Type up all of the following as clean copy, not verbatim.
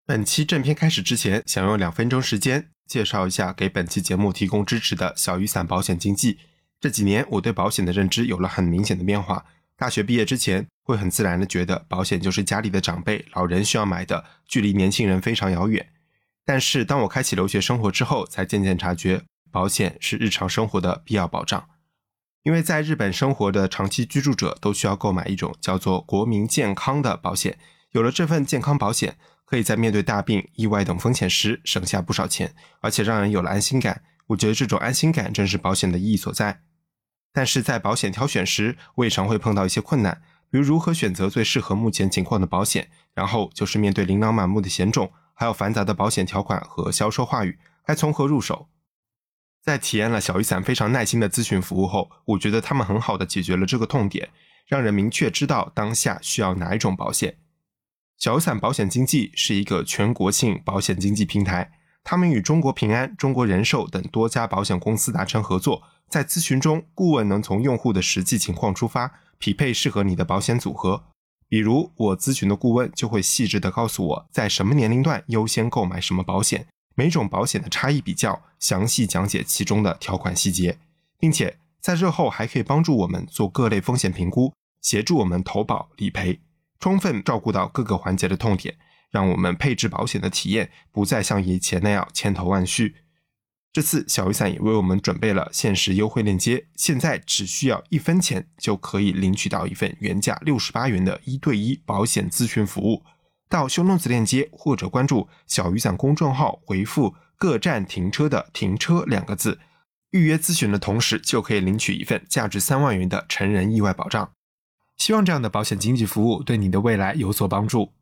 本期正片开始之前，想用2分钟时间介绍一下给本期节目提供支持的小雨伞保险经纪。这几年我对保险的认知有了很明显的变化。大学毕业之前，会很自然的觉得保险就是家里的长辈、老人需要买的，距离年轻人非常遥远。但是当我开启留学生活之后，才渐渐察觉保险是日常生活的必要保障。因为在日本生活的长期居住者都需要购买一种叫做国民健康的保险，有了这份健康保险，可以在面对大病、意外等风险时省下不少钱，而且让人有了安心感。我觉得这种安心感正是保险的意义所在。但是在保险挑选时，我也常会碰到一些困难，比如如何选择最适合目前情况的保险，然后就是面对琳琅满目的险种，还有繁杂的保险条款和销售话语，该从何入手？在体验了小雨伞非常耐心的咨询服务后，我觉得他们很好的解决了这个痛点，让人明确知道当下需要哪一种保险。小雨伞保险经纪是一个全国性保险经纪平台，他们与中国平安、中国人寿等多家保险公司达成合作，在咨询中，顾问能从用户的实际情况出发，匹配适合你的保险组合。比如我咨询的顾问就会细致地告诉我在什么年龄段优先购买什么保险，每种保险的差异比较，详细讲解其中的条款细节，并且在日后还可以帮助我们做各类风险评估，协助我们投保理赔，充分照顾到各个环节的痛点，让我们配置保险的体验不再像以前那样千头万绪。这次小雨伞也为我们准备了限时优惠链接，现在只需要1分钱就可以领取到一份原价68元的1对1保险咨询服务。到show notes链接或者关注小雨伞公众号，回复各站停车的停车2个字，预约咨询的同时就可以领取一份价值3万元的成人意外保障。希望这样的保险经纪服务对你的未来有所帮助。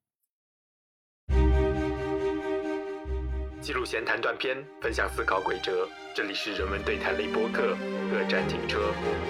记录闲谈短篇，分享思考轨辙，这里是人文对谈类播客，各站停车。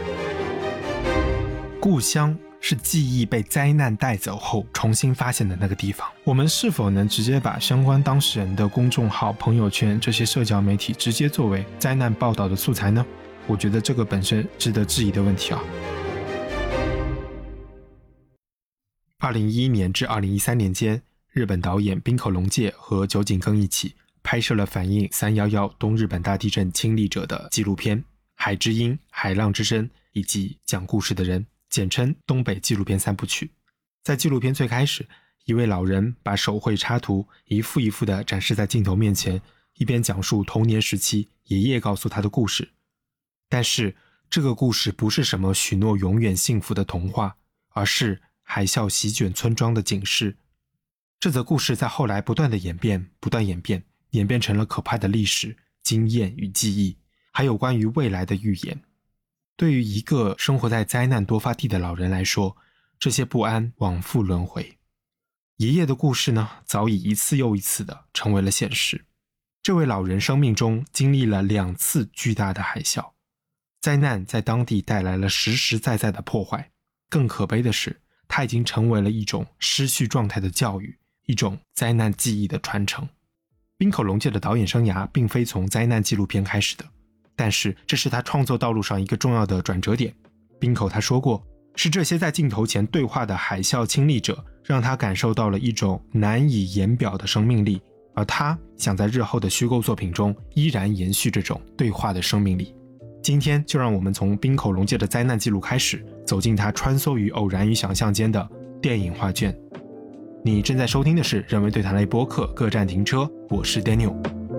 故乡是记忆被灾难带走后重新发现的那个地方，我们是否能直接把相关当事人的公众号、朋友圈这些社交媒体直接作为灾难报道的素材呢？我觉得这个本身值得质疑的问题啊。2011年至2013年间，日本导演滨口龙介和酒井耕一起拍摄了反映311东日本大地震亲历者的纪录片《海之音》《海浪之声》以及讲故事的人，简称东北纪录片3部曲。在纪录片最开始，一位老人把手绘插图一幅一幅地展示在镜头面前，一边讲述童年时期爷爷告诉他的故事。但是这个故事不是什么许诺永远幸福的童话，而是海啸席卷村庄的警示。这则故事在后来不断的演变，演变成了可怕的历史、经验与记忆，还有关于未来的预言。对于一个生活在灾难多发地的老人来说，这些不安往复轮回。爷爷的故事呢，早已一次又一次的成为了现实。这位老人生命中经历了2次巨大的海啸，灾难在当地带来了实实在在的破坏。更可悲的是，它已经成为了一种失序状态的教育，一种灾难记忆的传承。滨口龙介的导演生涯并非从灾难纪录片开始的，但是这是他创作道路上一个重要的转折点。滨口他说过，是这些在镜头前对话的海啸亲历者，让他感受到了一种难以言表的生命力，而他想在日后的虚构作品中依然延续这种对话的生命力。今天就让我们从滨口龙介的灾难记录开始，走进他穿梭于偶然与想象间的电影画卷。你正在收听的是人文对谈类播客各站停车，我是 Daniel。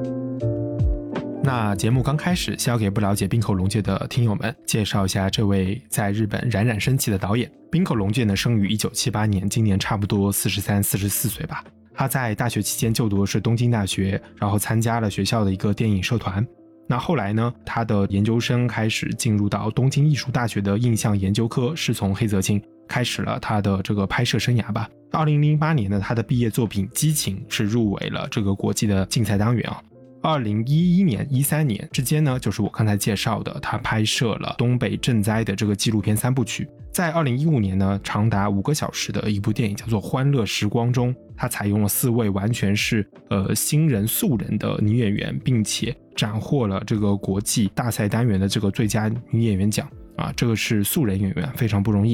那节目刚开始，先要给不了解滨口龙介的听友们介绍一下这位在日本冉冉升起的导演。滨口龙介呢，生于1978年，今年差不多43、44岁吧。他在大学期间就读的是东京大学，然后参加了学校的一个电影社团。那后来呢，他的研究生开始进入到东京艺术大学的印象研究科，是从黑泽清开始了他的这个拍摄生涯吧。2008年呢，他的毕业作品《激情》是入围了这个国际的竞赛单元啊。2011年、13年之间呢，就是我刚才介绍的，他拍摄了东北震灾的这个纪录片3部曲。在2015年呢，长达5个小时的一部电影叫做《欢乐时光》中，他采用了4位完全是新人素人的女演员，并且斩获了这个国际大赛单元的这个最佳女演员奖啊，这个是素人演员，非常不容易。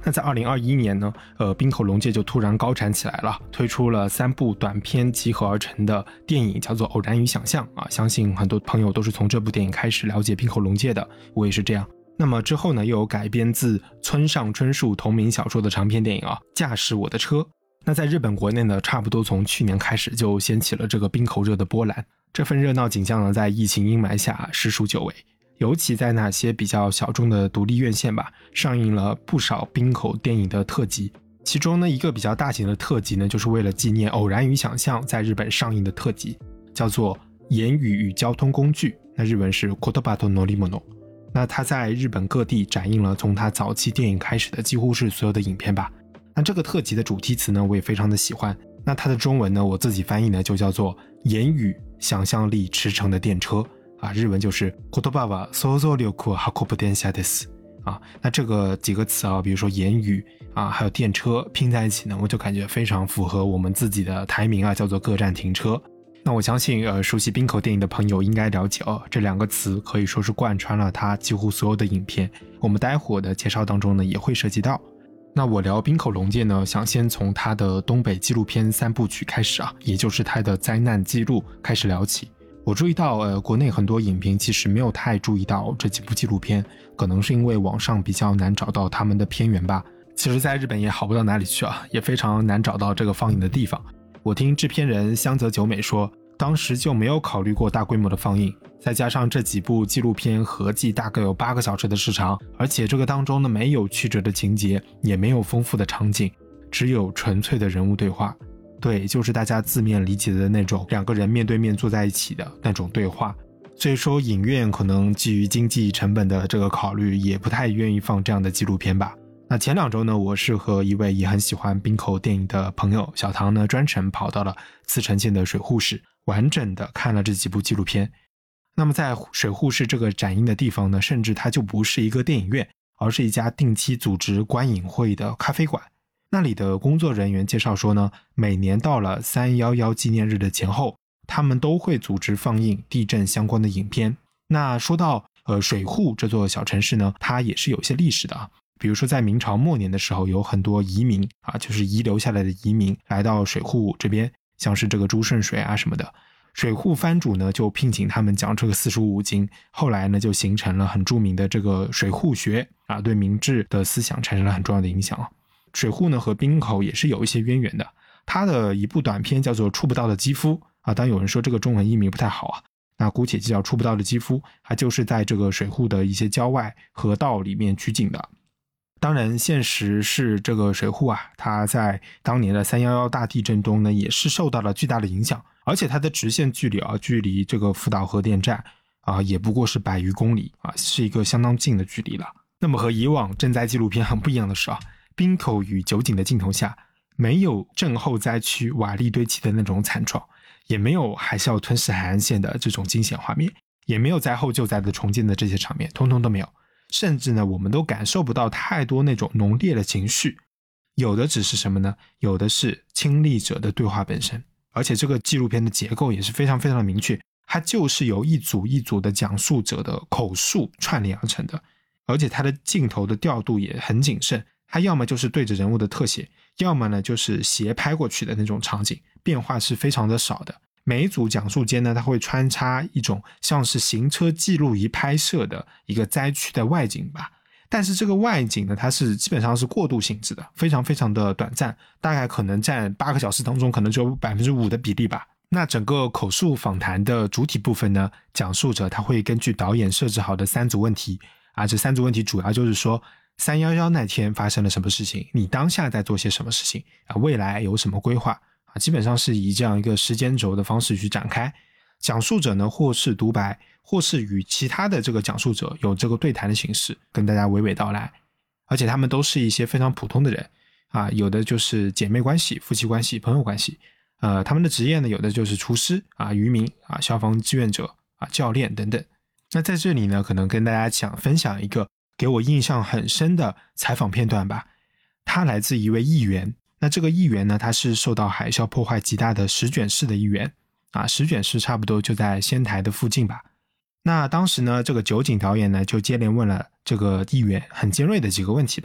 那在2021年呢，滨口龙介就突然高产起来了，推出了3部短片集合而成的电影，叫做《偶然与想象》啊，相信很多朋友都是从这部电影开始了解滨口龙介的，我也是这样。那么之后呢，又有改编自村上春树同名小说的长篇电影啊，《驾驶我的车》。那在日本国内呢，差不多从去年开始就掀起了这个滨口热的波澜，这份热闹景象呢，在疫情阴霾下实属久违。尤其在那些比较小众的独立院线吧，上映了不少滨口电影的特辑。其中呢，一个比较大型的特辑呢，就是为了纪念《偶然与想象》在日本上映的特辑，叫做《言语与交通工具》，那日文是 Kotoba to Norimono。那它在日本各地展映了从它早期电影开始的几乎是所有的影片吧。那这个特辑的主题词呢，我也非常的喜欢。那它的中文呢，我自己翻译呢就叫做言语想象力驰骋的电车啊，日文就是言葉は想像力を運ぶ電車です啊。那这个几个词啊，比如说言语啊，还有电车拼在一起呢，我就感觉非常符合我们自己的台名啊，叫做各站停车。那我相信熟悉滨口电影的朋友应该了解这两个词可以说是贯穿了它几乎所有的影片，我们待会儿的介绍当中呢也会涉及到。那我聊滨口龙介呢，想先从他的东北纪录片3部曲开始啊，也就是他的灾难记录开始聊起。我注意到国内很多影评其实没有太注意到这几部纪录片，可能是因为网上比较难找到他们的片源吧。其实在日本也好不到哪里去啊，也非常难找到这个放映的地方。我听制片人香泽久美说，当时就没有考虑过大规模的放映，再加上这几部纪录片合计大概有8个小时的时长，而且这个当中呢没有曲折的情节，也没有丰富的场景，只有纯粹的人物对话。对，就是大家字面理解的那种2个人面对面坐在一起的那种对话。所以说影院可能基于经济成本的这个考虑，也不太愿意放这样的纪录片吧。那前2周呢，我是和一位也很喜欢滨口电影的朋友小唐呢，专程跑到了茨城县的水户市，完整的看了这几部纪录片。那么在水户市这个展映的地方呢，甚至它就不是一个电影院，而是一家定期组织观影会的咖啡馆。那里的工作人员介绍说呢，每年到了311纪念日的前后，他们都会组织放映地震相关的影片。那说到水户这座小城市呢，它也是有一些历史的啊。比如说在明朝末年的时候，有很多移民啊，就是遗留下来的移民来到水户这边，像是这个朱顺水啊什么的。水户藩主呢就聘请他们讲这个45五经，后来呢就形成了很著名的这个水户学啊，对明治的思想产生了很重要的影响。水户呢和滨口也是有一些渊源的，他的一部短片叫做《触不到的肌肤》啊，当然有人说这个中文译名不太好啊，那姑且就叫《触不到的肌肤》，它就是在这个水户的一些郊外河道里面取景的。当然现实是这个水户啊，它在当年的311大地震中呢也是受到了巨大的影响，而且它的直线距离啊，距离这个福岛核电站啊也不过是100余公里啊，是一个相当近的距离了。那么和以往震灾纪录片很不一样的是啊，滨口与酒井的镜头下没有震后灾区瓦砾堆砌的那种惨状，也没有海啸吞噬海岸线的这种惊险画面，也没有灾后救灾的重建的这些场面，通通都没有。甚至呢，我们都感受不到太多那种浓烈的情绪，有的只是什么呢？有的是亲历者的对话本身。而且这个纪录片的结构也是非常非常的明确，它就是由一组一组的讲述者的口述串联而成的，而且它的镜头的调度也很谨慎，它要么就是对着人物的特写，要么呢就是斜拍过去的那种场景，变化是非常的少的。每一组讲述间呢，它会穿插一种像是行车记录仪拍摄的一个灾区的外景吧，但是这个外景呢，它是基本上是过渡性质的，非常非常的短暂，大概可能占8个小时当中可能只有 5% 的比例吧。那整个口述访谈的主体部分呢，讲述者他会根据导演设置好的3组问题啊，这3组问题主要就是说311那天发生了什么事情，你当下在做些什么事情啊，未来有什么规划啊，基本上是以这样一个时间轴的方式去展开。讲述者呢，或是独白，或是与其他的这个讲述者有这个对谈的形式，跟大家娓娓道来。而且他们都是一些非常普通的人啊，有的就是姐妹关系、夫妻关系、朋友关系。他们的职业呢，有的就是厨师啊、渔民啊、消防志愿者啊、教练等等。那在这里呢，可能跟大家分享一个给我印象很深的采访片段吧。他来自一位议员，那这个议员呢，他是受到海啸破坏极大的石卷市的议员啊，石卷市差不多就在仙台的附近吧。那当时呢，这个酒井导演呢就接连问了这个议员很尖锐的几个问题吧。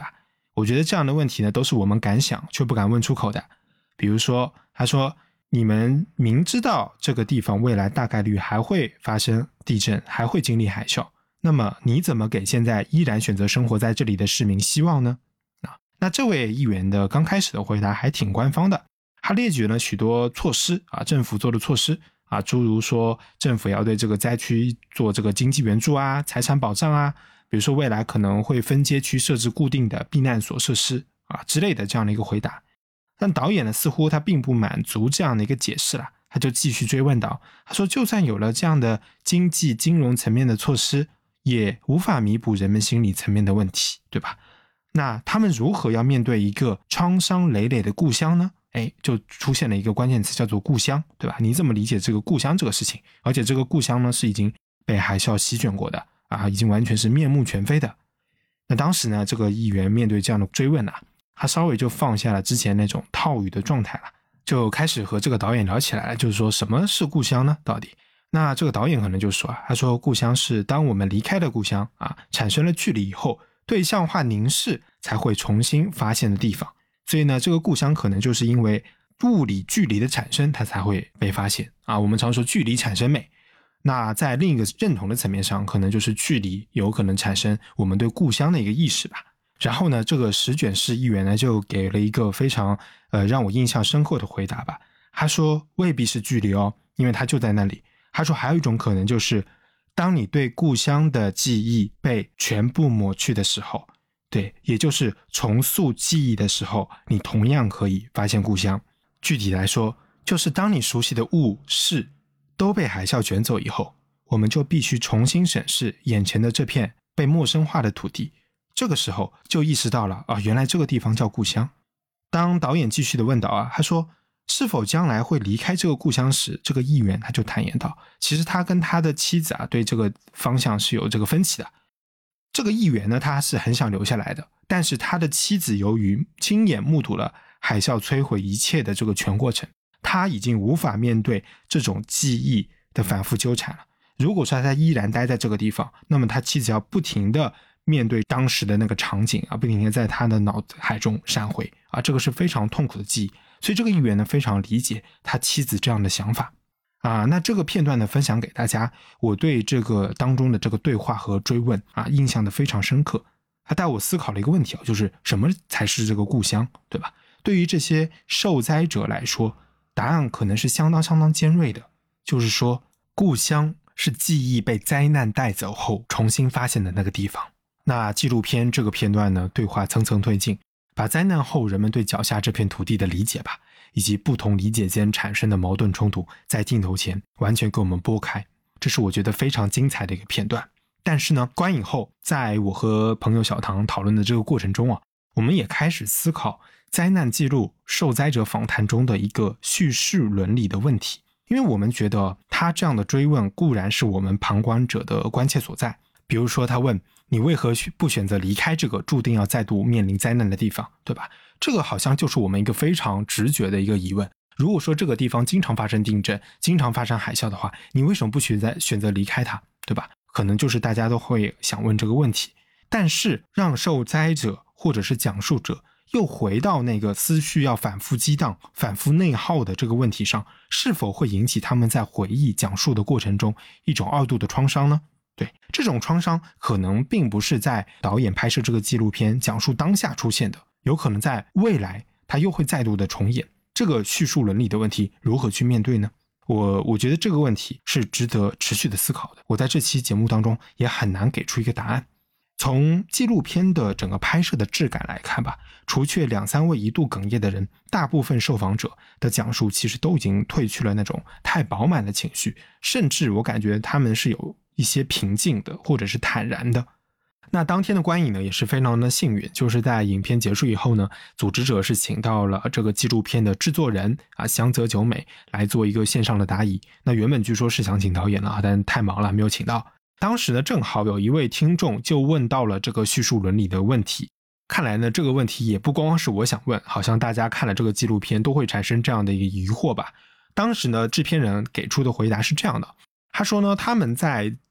我觉得这样的问题呢，都是我们敢想却不敢问出口的。比如说，他说你们明知道这个地方未来大概率还会发生地震，还会经历海啸，那么你怎么给现在依然选择生活在这里的市民希望呢？那这位议员的刚开始的回答还挺官方的，他列举了许多措施政府做的措施诸如说政府要对这个灾区做这个经济援助财产保障比如说未来可能会分街区设置固定的避难所设施之类的这样的一个回答。但导演呢，似乎他并不满足这样的一个解释了，他就继续追问到，他说就算有了这样的经济金融层面的措施，也无法弥补人们心理层面的问题，对吧？那他们如何要面对一个创伤累累的故乡呢？就出现了一个关键词叫做故乡，对吧？你怎么理解这个故乡这个事情？而且这个故乡呢，是已经被海啸席卷过的已经完全是面目全非的。那当时呢，这个议员面对这样的追问他稍微就放下了之前那种套语的状态了，就开始和这个导演聊起来了，就是说什么是故乡呢？到底？那这个导演可能就说他说故乡是当我们离开了故乡产生了距离以后，对象化凝视才会重新发现的地方。所以呢，这个故乡可能就是因为物理距离的产生，它才会被发现我们常说距离产生美。那在另一个认同的层面上，可能就是距离有可能产生我们对故乡的一个意识吧。然后呢，这个石卷市议员呢就给了一个非常让我印象深刻的回答吧。他说未必是距离因为它就在那里。他说还有一种可能就是当你对故乡的记忆被全部抹去的时候，对，也就是重塑记忆的时候，你同样可以发现故乡。具体来说，就是当你熟悉的物事都被海啸卷走以后，我们就必须重新审视眼前的这片被陌生化的土地。这个时候就意识到了原来这个地方叫故乡。当导演继续的问到他说是否将来会离开这个故乡时，这个议员他就坦言道，其实他跟他的妻子对这个方向是有这个分歧的。这个议员呢，他是很想留下来的，但是他的妻子由于亲眼目睹了海啸摧毁一切的这个全过程，他已经无法面对这种记忆的反复纠缠了。如果说他依然待在这个地方，那么他妻子要不停的面对当时的那个场景不停的在他的脑海中闪回这个是非常痛苦的记忆。所以这个议员呢，非常理解他妻子这样的想法那这个片段呢分享给大家，我对这个当中的这个对话和追问印象的非常深刻。他带我思考了一个问题就是什么才是这个故乡，对吧？对于这些受灾者来说，答案可能是相当尖锐的，就是说故乡是记忆被灾难带走后重新发现的那个地方。那纪录片这个片段呢，对话层层推进，把灾难后人们对脚下这片土地的理解吧，以及不同理解间产生的矛盾冲突，在镜头前完全给我们拨开，这是我觉得非常精彩的一个片段。但是呢，观影后，在我和朋友小唐讨论的这个过程中我们也开始思考灾难记录受灾者访谈中的一个叙事伦理的问题。因为我们觉得他这样的追问固然是我们旁观者的关切所在，比如说他问你为何不选择离开这个注定要再度面临灾难的地方，对吧？这个好像就是我们一个非常直觉的一个疑问。如果说这个地方经常发生地震，经常发生海啸的话，你为什么不选择离开它，对吧？可能就是大家都会想问这个问题。但是让受灾者或者是讲述者又回到那个思绪要反复激荡、反复内耗的这个问题上，是否会引起他们在回忆讲述的过程中一种二度的创伤呢？对，这种创伤可能并不是在导演拍摄这个纪录片讲述当下出现的，有可能在未来它又会再度的重演。这个叙述伦理的问题如何去面对呢？我觉得这个问题是值得持续的思考的。我在这期节目当中也很难给出一个答案。从纪录片的整个拍摄的质感来看吧，除却2-3位一度哽咽的人，大部分受访者的讲述其实都已经褪去了那种太饱满的情绪，甚至我感觉他们是有一些平静的或者是坦然的。那当天的观影呢也是非常的幸运，就是在影片结束以后呢，组织者是请到了这个纪录片的制作人香泽久美来做一个线上的答疑。那原本据说是想请导演了，但太忙了没有请到。当时呢正好有一位听众就问到了这个叙述伦理的问题。看来呢这个问题也不光是我想问，好像大家看了这个纪录片都会产生这样的一个疑惑吧。当时呢制片人给出的回答是这样的，他说呢他们在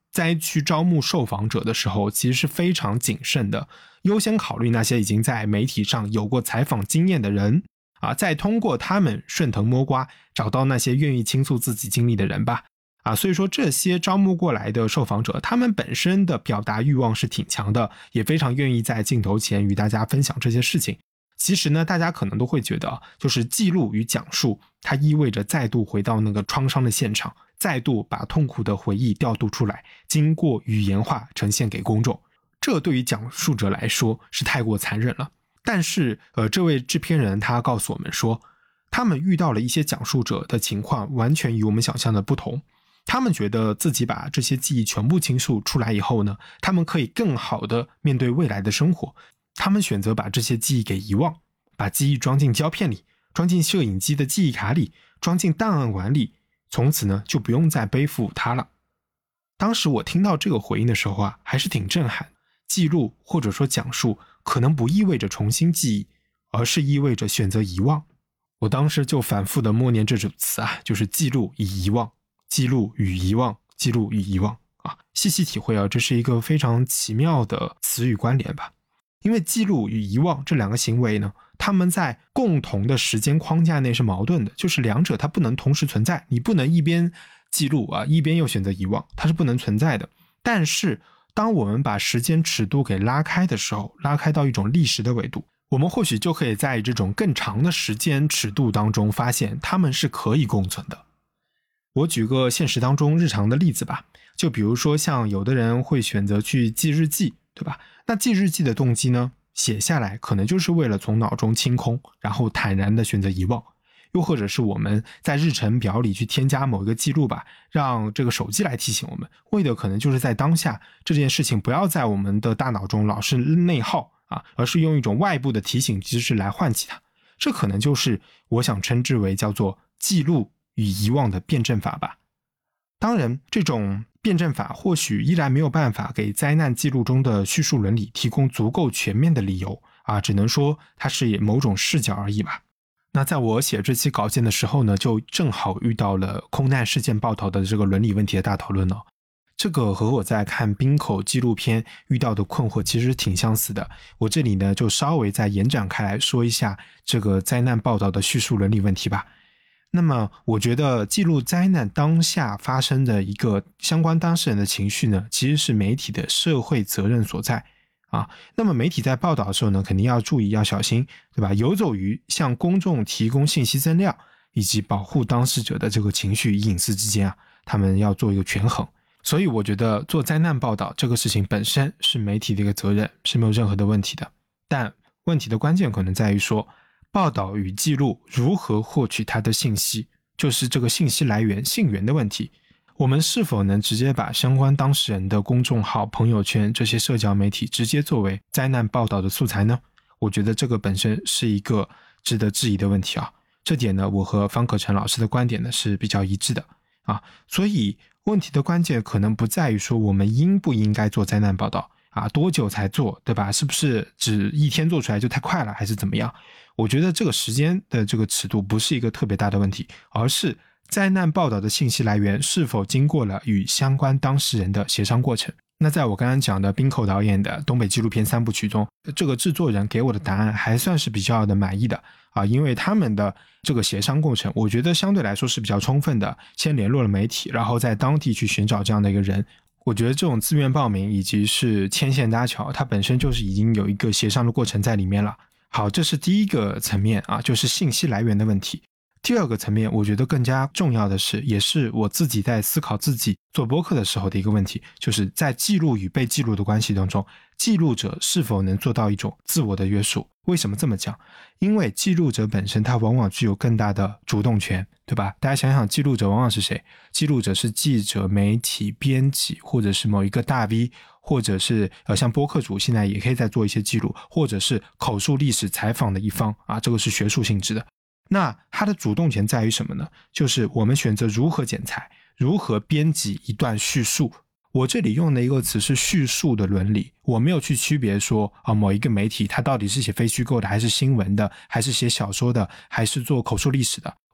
灾区招募受访者的时候，其实是非常谨慎的，优先考虑那些已经在媒体上有过采访经验的人啊，再通过他们顺藤摸瓜，找到那些愿意倾诉自己经历的人吧。啊，所以说这些招募过来的受访者，他们本身的表达欲望是挺强的，也非常愿意在镜头前与大家分享这些事情。其实呢，大家可能都会觉得，就是记录与讲述，它意味着再度回到那个创伤的现场，再度把痛苦的回忆调度出来，经过语言化呈现给公众。这对于讲述者来说是太过残忍了。但是这位制片人他告诉我们说，他们遇到了一些讲述者的情况完全与我们想象的不同。他们觉得自己把这些记忆全部倾诉出来以后呢，他们可以更好的面对未来的生活。他们选择把这些记忆给遗忘，把记忆装进胶片里，装进摄影机的记忆卡里，装进档案馆里，从此呢就不用再背负它了。当时我听到这个回应的时候啊，还是挺震撼。记录或者说讲述可能不意味着重新记忆，而是意味着选择遗忘。我当时就反复的默念这组词啊，就是记录与遗忘，记录与遗忘，记录与遗忘啊，细细体会啊，这是一个非常奇妙的词语关联吧。因为记录与遗忘这两个行为呢，他们在共同的时间框架内是矛盾的，就是两者它不能同时存在，你不能一边记录啊，一边又选择遗忘，它是不能存在的。但是当我们把时间尺度给拉开的时候，拉开到一种历史的维度，我们或许就可以在这种更长的时间尺度当中发现它们是可以共存的。我举个现实当中日常的例子吧，就比如说像有的人会选择去记日记，对吧？那记日记的动机呢，写下来可能就是为了从脑中清空，然后坦然的选择遗忘。又或者是我们在日程表里去添加某一个记录吧，让这个手机来提醒我们，为的可能就是在当下这件事情不要在我们的大脑中老是内耗啊，而是用一种外部的提醒机制来唤起它。这可能就是我想称之为叫做记录与遗忘的辩证法吧。当然，这种辩证法或许依然没有办法给灾难记录中的叙述伦理提供足够全面的理由啊，只能说它是某种视角而已吧。那在我写这期稿件的时候呢，就正好遇到了空难事件报道的这个伦理问题的大讨论了。这个和我在看冰口纪录片遇到的困惑其实挺相似的。我这里呢就稍微再延展开来说一下这个灾难报道的叙述伦理问题吧。那么我觉得记录灾难当下发生的一个相关当事人的情绪呢，其实是媒体的社会责任所在啊。那么媒体在报道的时候呢，肯定要注意要小心，对吧？游走于向公众提供信息增量以及保护当事者的这个情绪与隐私之间啊，他们要做一个权衡。所以我觉得做灾难报道这个事情本身是媒体的一个责任，是没有任何的问题的。但问题的关键可能在于说，报道与记录如何获取它的信息，就是这个信息来源信源的问题。我们是否能直接把相关当事人的公众号、朋友圈这些社交媒体直接作为灾难报道的素材呢？我觉得这个本身是一个值得质疑的问题啊。这点呢，我和方可成老师的观点呢是比较一致的啊。所以问题的关键可能不在于说我们应不应该做灾难报道啊，多久才做，对吧？是不是只一天做出来就太快了，还是怎么样？我觉得这个时间的这个尺度不是一个特别大的问题，而是灾难报道的信息来源是否经过了与相关当事人的协商过程。那在我刚刚讲的滨口导演的东北纪录片3部曲中，这个制作人给我的答案还算是比较的满意的啊，因为他们的这个协商过程我觉得相对来说是比较充分的，先联络了媒体，然后在当地去寻找这样的一个人。我觉得这种自愿报名以及是牵线搭桥，它本身就是已经有一个协商的过程在里面了。好，这是第一个层面啊，就是信息来源的问题。第二个层面，我觉得更加重要的是，也是我自己在思考自己做播客的时候的一个问题，就是在记录与被记录的关系当中，记录者是否能做到一种自我的约束。为什么这么讲？因为记录者本身他往往具有更大的主动权，对吧？大家想想，记录者往往是谁？记录者是记者、媒体、编辑，或者是某一个大 V， 或者是像播客主现在也可以在做一些记录，或者是口述历史采访的一方啊，这个是学术性质的。那它的主动权在于什么呢？就是我们选择如何剪裁，如何编辑一段叙述。我这里用的一个词是叙述的伦理，我没有去区别说某一个媒体它到底是写非虚构的，还是新闻的，还是写小说的，还是做口述历史的。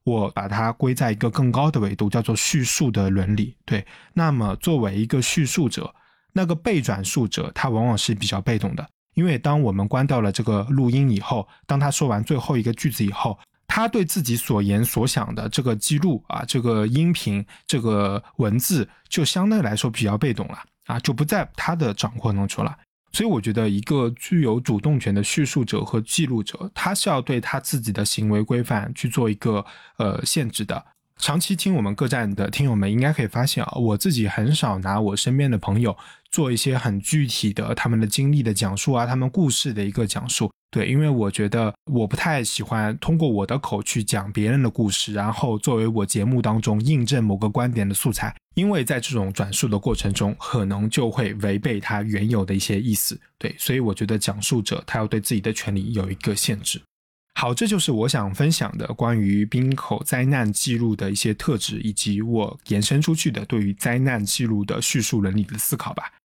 我把它归在一个更高的维度，叫做叙述的伦理。对，那么作为一个叙述者，那个被转述者他往往是比较被动的，因为当我们关掉了这个录音以后，当他说完最后一个句子以后，他对自己所言所想的这个记录啊，这个音频，这个文字就相对来说比较被动了啊，就不在他的掌控当中了。所以我觉得一个具有主动权的叙述者和记录者，他是要对他自己的行为规范去做一个限制的。长期听我们各站的听友们应该可以发现啊，我自己很少拿我身边的朋友做一些很具体的他们的经历的讲述啊，他们故事的一个讲述。对，因为我觉得我不太喜欢通过我的口去讲别人的故事，然后作为我节目当中印证某个观点的素材，因为在这种转述的过程中可能就会违背他原有的一些意思。对，所以我觉得讲述者他要对自己的权利有一个限制。好，这就是我想分享的关于冰口灾难记录的一些特质，以及我延伸出去的对于灾难记录的叙述伦理的思考吧。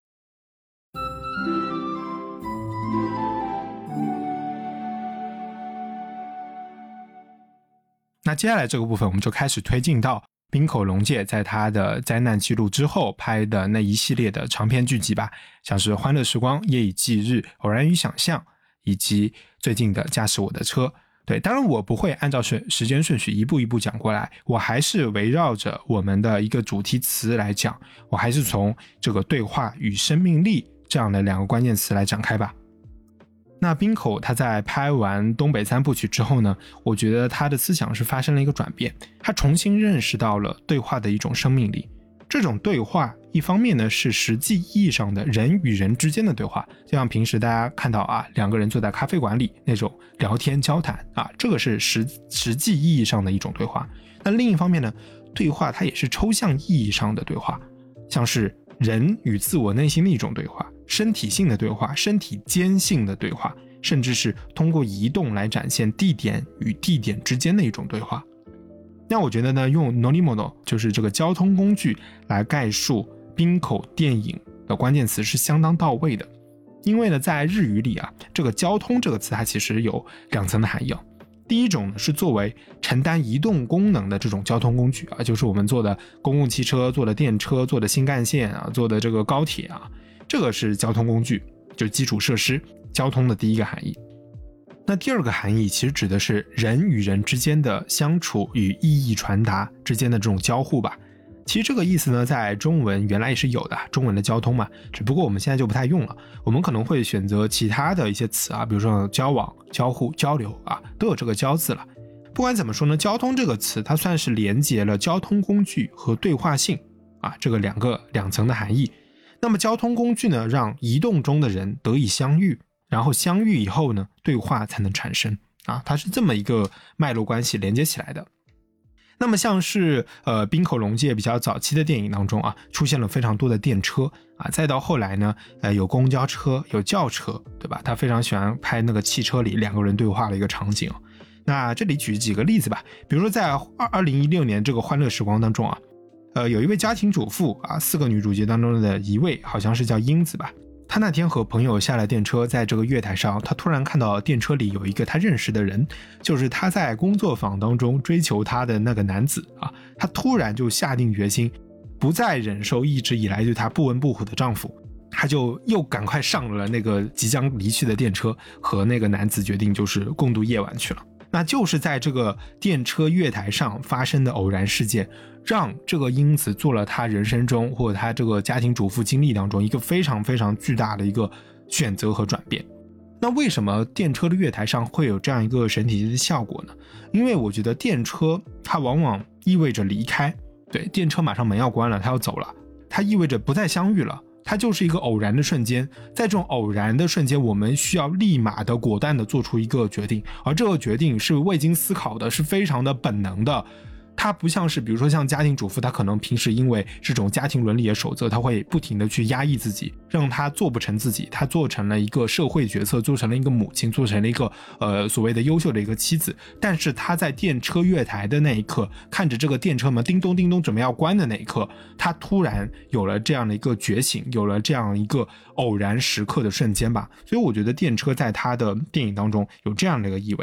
那接下来这个部分我们就开始推进到滨口龙介在他的灾难记录之后拍的那一系列的长篇剧集吧，像是欢乐时光、夜以继日、偶然与想象，以及最近的驾驶我的车。对，当然我不会按照时间顺序一步一步讲过来，我还是围绕着我们的一个主题词来讲，我还是从这个对话与生命力这样的两个关键词来展开吧。那滨口他在拍完东北三部曲之后呢，我觉得他的思想是发生了一个转变，他重新认识到了对话的一种生命力。这种对话一方面呢是实际意义上的人与人之间的对话，就像平时大家看到啊，两个人坐在咖啡馆里那种聊天交谈啊，这个是实际意义上的一种对话。那另一方面呢，对话它也是抽象意义上的对话，像是人与自我内心的一种对话，身体性的对话，身体间性的对话，甚至是通过移动来展现地点与地点之间的一种对话。那我觉得呢，用 norimono 就是这个交通工具来概述滨口电影的关键词是相当到位的。因为呢，在日语里啊，这个交通这个词它其实有两层的含义啊。第一种呢是作为承担移动功能的这种交通工具啊，就是我们坐的公共汽车、坐的电车、坐的新干线啊、坐的这个高铁啊，这个是交通工具，就是基础设施，交通的第一个含义。那第二个含义其实指的是人与人之间的相处与意义传达之间的这种交互吧。其实这个意思呢，在中文原来也是有的，中文的交通嘛，只不过我们现在就不太用了，我们可能会选择其他的一些词啊，比如说交往、交互、交流啊，都有这个交字了。不管怎么说呢，交通这个词它算是连接了交通工具和对话性啊，这个两层的含义。那么交通工具呢，让移动中的人得以相遇，然后相遇以后呢，对话才能产生啊，它是这么一个脉络关系连接起来的。那么像是滨口龙介比较早期的电影当中啊，出现了非常多的电车啊，再到后来呢，有公交车，有轿车，对吧？他非常喜欢拍那个汽车里两个人对话的一个场景。那这里举几个例子吧，比如说在2016年这个欢乐时光当中啊，有一位家庭主妇啊，4个女主角当中的一位好像是叫英子吧。他那天和朋友下了电车，在这个月台上，他突然看到电车里有一个他认识的人，就是他在工作坊当中追求他的那个男子啊。他突然就下定决心，不再忍受一直以来对他不温不火的丈夫，他就又赶快上了那个即将离去的电车，和那个男子决定就是共度夜晚去了。那就是在这个电车月台上发生的偶然事件，让这个英子做了他人生中或者他这个家庭主妇经历当中一个非常非常巨大的一个选择和转变。那为什么电车的月台上会有这样一个神体的效果呢？因为我觉得电车它往往意味着离开，对，电车马上门要关了，它要走了，它意味着不再相遇了，它就是一个偶然的瞬间。在这种偶然的瞬间，我们需要立马的果断的做出一个决定，而这个决定是未经思考的，是非常的本能的。它不像是比如说像家庭主妇，她可能平时因为这种家庭伦理的守则，她会不停的去压抑自己，让她做不成自己，她做成了一个社会角色，做成了一个母亲，做成了一个所谓的优秀的一个妻子。但是她在电车月台的那一刻，看着这个电车门叮咚叮咚准备要关的那一刻，她突然有了这样的一个觉醒，有了这样一个偶然时刻的瞬间吧。所以我觉得电车在她的电影当中有这样的一个意味。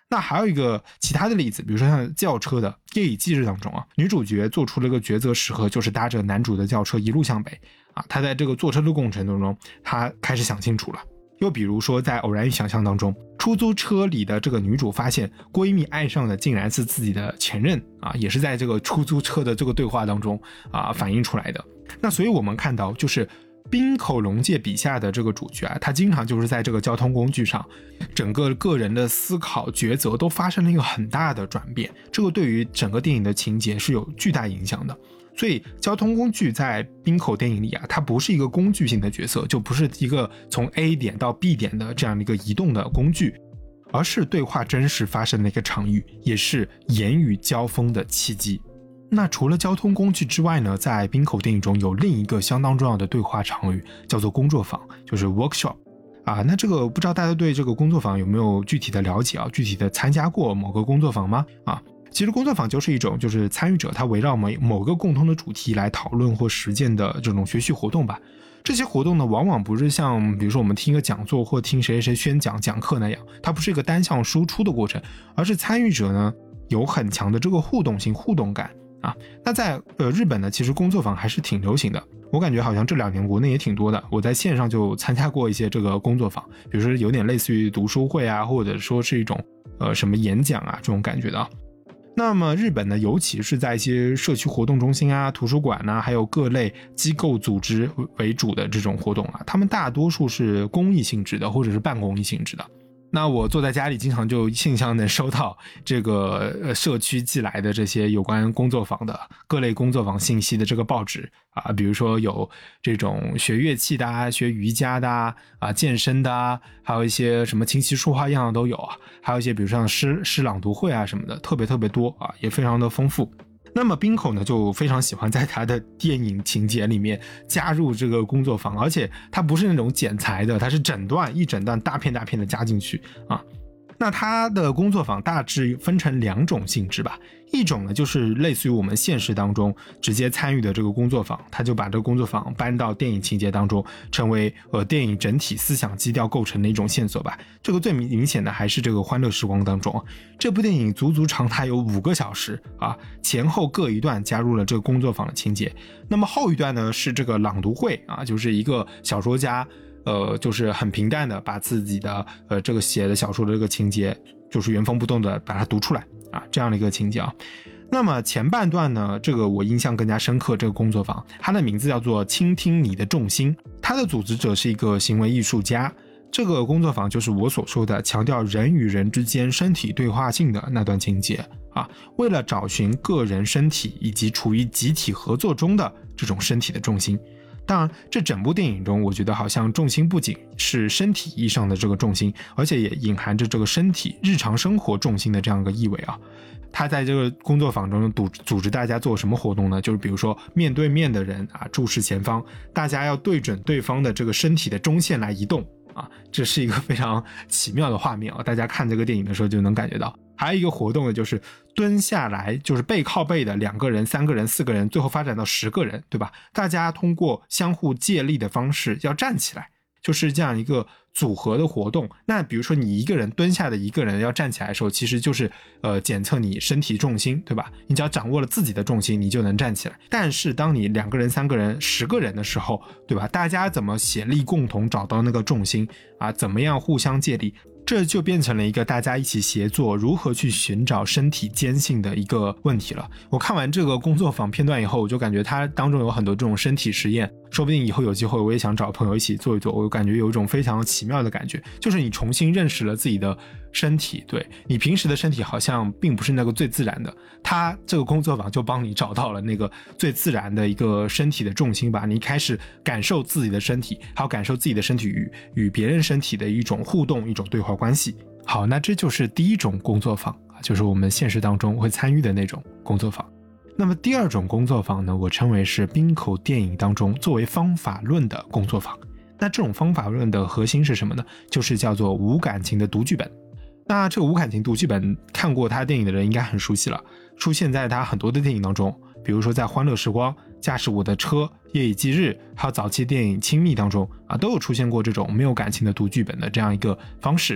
那还有一个其他的例子，比如说像轿车的《夜以继日》当中啊，女主角做出了一个抉择时刻，就是搭着男主的轿车一路向北啊。她在这个坐车的过程当中，她开始想清楚了。又比如说在《偶然与想象》当中，出租车里的这个女主发现闺蜜爱上的竟然是自己的前任啊，也是在这个出租车的这个对话当中啊反映出来的。那所以我们看到就是滨口龙介笔下的这个主角啊，他经常就是在这个交通工具上，整个个人的思考抉择都发生了一个很大的转变，这个对于整个电影的情节是有巨大影响的。所以交通工具在滨口电影里啊，它不是一个工具性的角色，就不是一个从 A 点到 B 点的这样的一个移动的工具，而是对话真实发生的一个场域，也是言语交锋的契机。那除了交通工具之外呢，在滨口电影中有另一个相当重要的对话场域，叫做工作坊，就是 workshop 啊。那这个不知道大家对这个工作坊有没有具体的了解啊？具体的参加过某个工作坊吗？啊，其实工作坊就是一种就是参与者他围绕某个共同的主题来讨论或实践的这种学习活动吧。这些活动呢，往往不是像比如说我们听一个讲座或听谁谁宣讲讲课那样，它不是一个单向输出的过程，而是参与者呢有很强的这个互动性、互动感啊。那在日本呢，其实工作坊还是挺流行的，我感觉好像这2年国内也挺多的。我在线上就参加过一些这个工作坊，比如说有点类似于读书会啊，或者说是一种什么演讲啊这种感觉的啊。那么日本呢，尤其是在一些社区活动中心啊、图书馆啊，还有各类机构组织为主的这种活动啊，他们大多数是公益性质的或者是半公益性质的。那我坐在家里经常就信箱能收到这个社区寄来的这些有关工作坊的各类工作坊信息的这个报纸啊，比如说有这种学乐器的啊、学瑜伽的啊、健身的啊，还有一些什么琴棋书画样样都有啊，还有一些比如像诗朗读会啊什么的，特别多啊，也非常的丰富。那么滨口呢就非常喜欢在他的电影情节里面加入这个工作坊，而且他不是那种剪裁的，他是一整段大片的加进去啊。那他的工作坊大致分成2种性质吧，一种呢就是类似于我们现实当中直接参与的这个工作坊，他就把这个工作坊搬到电影情节当中，成为电影整体思想基调构成的一种线索吧。这个最明显的还是这个欢乐时光当中，这部电影足长达有5个小时啊，前后各一段加入了这个工作坊的情节。那么后一段呢是这个朗读会啊，就是一个小说家就是很平淡的把自己的这个写的小说的这个情节就是原封不动的把它读出来啊，这样的一个情节啊。那么前半段呢，这个我印象更加深刻，这个工作坊它的名字叫做倾听你的重心，它的组织者是一个行为艺术家。这个工作坊就是我所说的强调人与人之间身体对话性的那段情节啊，为了找寻个人身体以及处于集体合作中的这种身体的重心。当然这整部电影中我觉得好像重心不仅是身体意义上的这个重心，而且也隐含着这个身体日常生活重心的这样一个意味啊。他在这个工作坊中组织大家做什么活动呢？就是比如说面对面的人啊，注视前方，大家要对准对方的这个身体的中线来移动啊，这是一个非常奇妙的画面啊，大家看这个电影的时候就能感觉到。还有一个活动呢，就是蹲下来，就是背靠背的2个人、3个人、4个人，最后发展到10个人，对吧？大家通过相互借力的方式要站起来，就是这样一个组合的活动。那比如说你一个人蹲下的一个人要站起来的时候，其实就是检测你身体重心，对吧？你只要掌握了自己的重心，你就能站起来。但是当你2个人、3个人、10个人的时候，对吧？大家怎么协力共同找到那个重心啊？怎么样互相借力？这就变成了一个大家一起协作如何去寻找身体间性的一个问题了。我看完这个工作坊片段以后，我就感觉它当中有很多这种身体实验，说不定以后有机会我也想找朋友一起做一做，我感觉有一种非常奇妙的感觉，就是你重新认识了自己的身体，对，你平时的身体好像并不是那个最自然的，它这个工作坊就帮你找到了那个最自然的一个身体的重心吧，你开始感受自己的身体，还有感受自己的身体与别人身体的一种互动，一种对话关系。好，那这就是第一种工作坊，就是我们现实当中会参与的那种工作坊。那么第2种工作坊呢，我称为是滨口电影当中作为方法论的工作坊。那这种方法论的核心是什么呢？就是叫做无感情的读剧本。那这个无感情读剧本看过他电影的人应该很熟悉了，出现在他很多的电影当中，比如说在欢乐时光、驾驶我的车、夜以继日，还有早期电影亲密当中啊，都有出现过这种没有感情的读剧本的这样一个方式。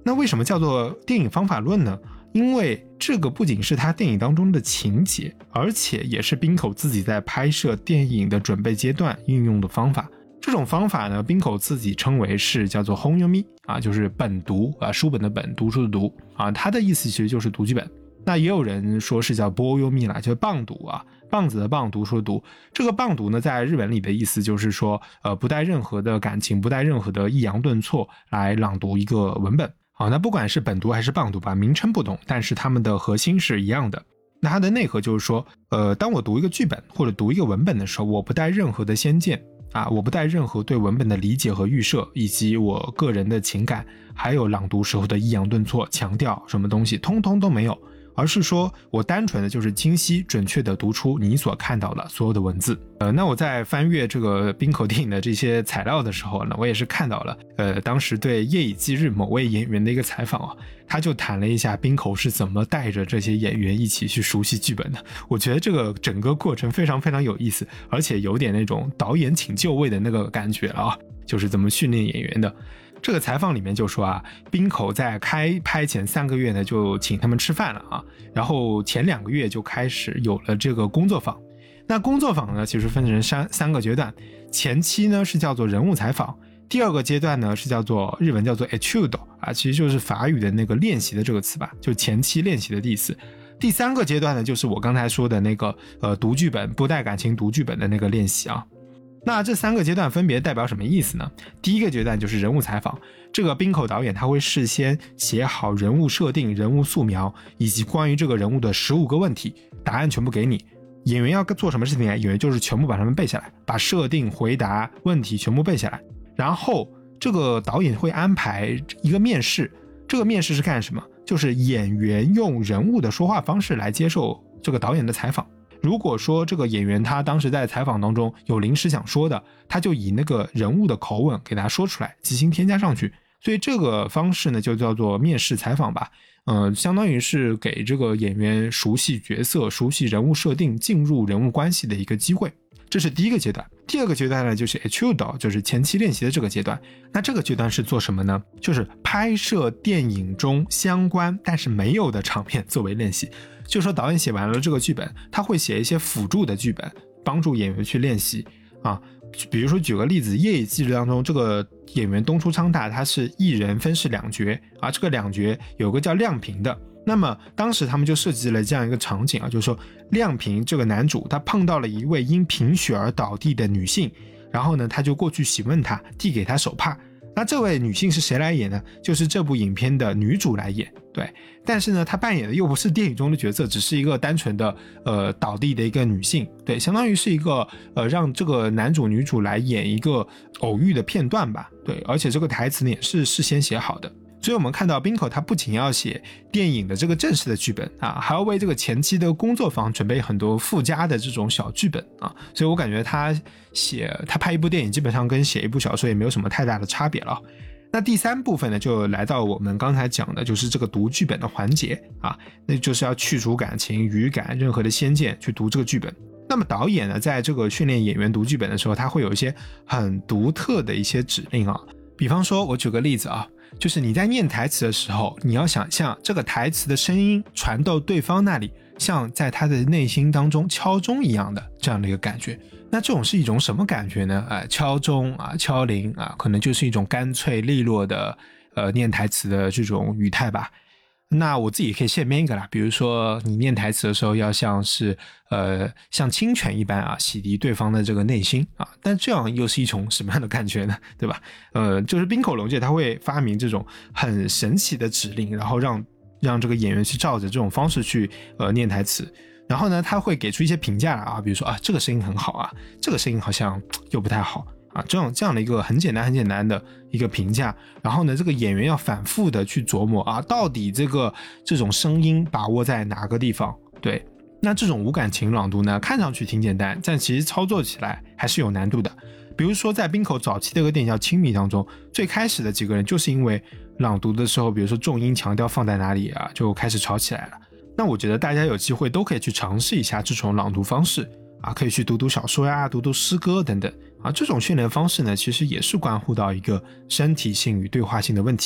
那为什么叫做电影方法论呢？因为这个不仅是他电影当中的情节，而且也是滨口自己在拍摄电影的准备阶段运用的方法。这种方法呢，滨口自己称为是叫做本読み啊，就是本读啊，书本的本，读书的读啊，它的意思其实就是读剧本。那也有人说是叫棒読み啦，就是棒读啊，棒子的棒，读书的读。这个棒读呢，在日本里的意思就是说，不带任何的感情，不带任何的抑扬顿挫来朗读一个文本。好，那不管是本读还是棒读吧，名称不同，但是它们的核心是一样的。那它的内核就是说，当我读一个剧本或者读一个文本的时候，我不带任何的先见啊，我不带任何对文本的理解和预设，以及我个人的情感，还有朗读时候的抑扬顿挫、强调什么东西，通通都没有。而是说我单纯的就是清晰准确的读出你所看到的所有的文字。那我在翻阅这个滨口电影的这些材料的时候呢，我也是看到了当时对夜以继日某位演员的一个采访啊，他就谈了一下滨口是怎么带着这些演员一起去熟悉剧本的。我觉得这个整个过程非常非常有意思，而且有点那种导演请就位的那个感觉啊，就是怎么训练演员的。这个采访里面就说啊，滨口在开拍前3个月呢就请他们吃饭了啊，然后前2个月就开始有了这个工作坊。那工作坊呢其实分成三个阶段，前期呢是叫做人物采访，第2个阶段呢是叫做日文叫做 etudo 啊，其实就是法语的那个练习的这个词吧，就前期练习的意思。第3个阶段呢就是我刚才说的那个读剧本，不带感情读剧本的那个练习啊。那这3个阶段分别代表什么意思呢？第1个阶段就是人物采访，这个滨口导演他会事先写好人物设定、人物素描以及关于这个人物的15个问题，答案全部给你。演员要做什么事情呢？演员就是全部把它们背下来，把设定、回答、问题全部背下来。然后这个导演会安排一个面试，这个面试是干什么？就是演员用人物的说话方式来接受这个导演的采访。如果说这个演员他当时在采访当中有临时想说的，他就以那个人物的口吻给他说出来，即兴添加上去。所以这个方式呢就叫做面试采访吧，相当于是给这个演员熟悉角色、熟悉人物设定、进入人物关系的一个机会。这是第1个阶段。第2个阶段呢就是 etudo， 就是前期练习的这个阶段。那这个阶段是做什么呢？就是拍摄电影中相关但是没有的场面作为练习。就是说导演写完了这个剧本，他会写一些辅助的剧本帮助演员去练习啊。比如说举个例子，夜以继日当中这个演员东出昌大他是一人分饰2角啊，这个2角有个叫亮平的。那么当时他们就设计了这样一个场景啊，就是说亮平这个男主他碰到了一位因贫血而倒地的女性，然后呢他就过去询问她，递给她手帕。那这位女性是谁来演呢？就是这部影片的女主来演。对，但是呢她扮演的又不是电影中的角色，只是一个单纯的倒地的一个女性。对，相当于是一个让这个男主女主来演一个偶遇的片段吧。对，而且这个台词呢也是事先写好的。所以我们看到滨口他不仅要写电影的这个正式的剧本啊，还要为这个前期的工作坊准备很多附加的这种小剧本啊，所以我感觉他拍一部电影基本上跟写一部小说也没有什么太大的差别了。那第3部分呢就来到我们刚才讲的就是这个读剧本的环节啊，那就是要去除感情、语感、任何的先见去读这个剧本。那么导演呢在这个训练演员读剧本的时候，他会有一些很独特的一些指令啊。比方说我举个例子啊，就是你在念台词的时候，你要想象这个台词的声音传到对方那里，像在他的内心当中敲钟一样的这样的一个感觉。那这种是一种什么感觉呢？敲钟啊，敲铃啊，可能就是一种干脆利落的念台词的这种语态吧。那我自己可以现编一个啦，比如说你念台词的时候要像是像清泉一般啊，洗涤对方的这个内心啊，但这样又是一种什么样的感觉呢？对吧？就是滨口龙介他会发明这种很神奇的指令，然后让这个演员去照着这种方式去念台词。然后呢他会给出一些评价啊，比如说啊这个声音很好啊，这个声音好像又不太好啊，这样的一个很简单的一个评价。然后呢这个演员要反复的去琢磨啊，到底这种声音把握在哪个地方。对，那这种无感情朗读呢看上去挺简单，但其实操作起来还是有难度的。比如说在滨口早期的一个电影叫《亲密》当中，最开始的几个人就是因为朗读的时候，比如说重音强调放在哪里啊，就开始吵起来了。那我觉得大家有机会都可以去尝试一下这种朗读方式啊，可以去读读小说呀，读读诗歌等等啊。这种训练方式呢，其实也是关乎到一个身体性与对话性的问题。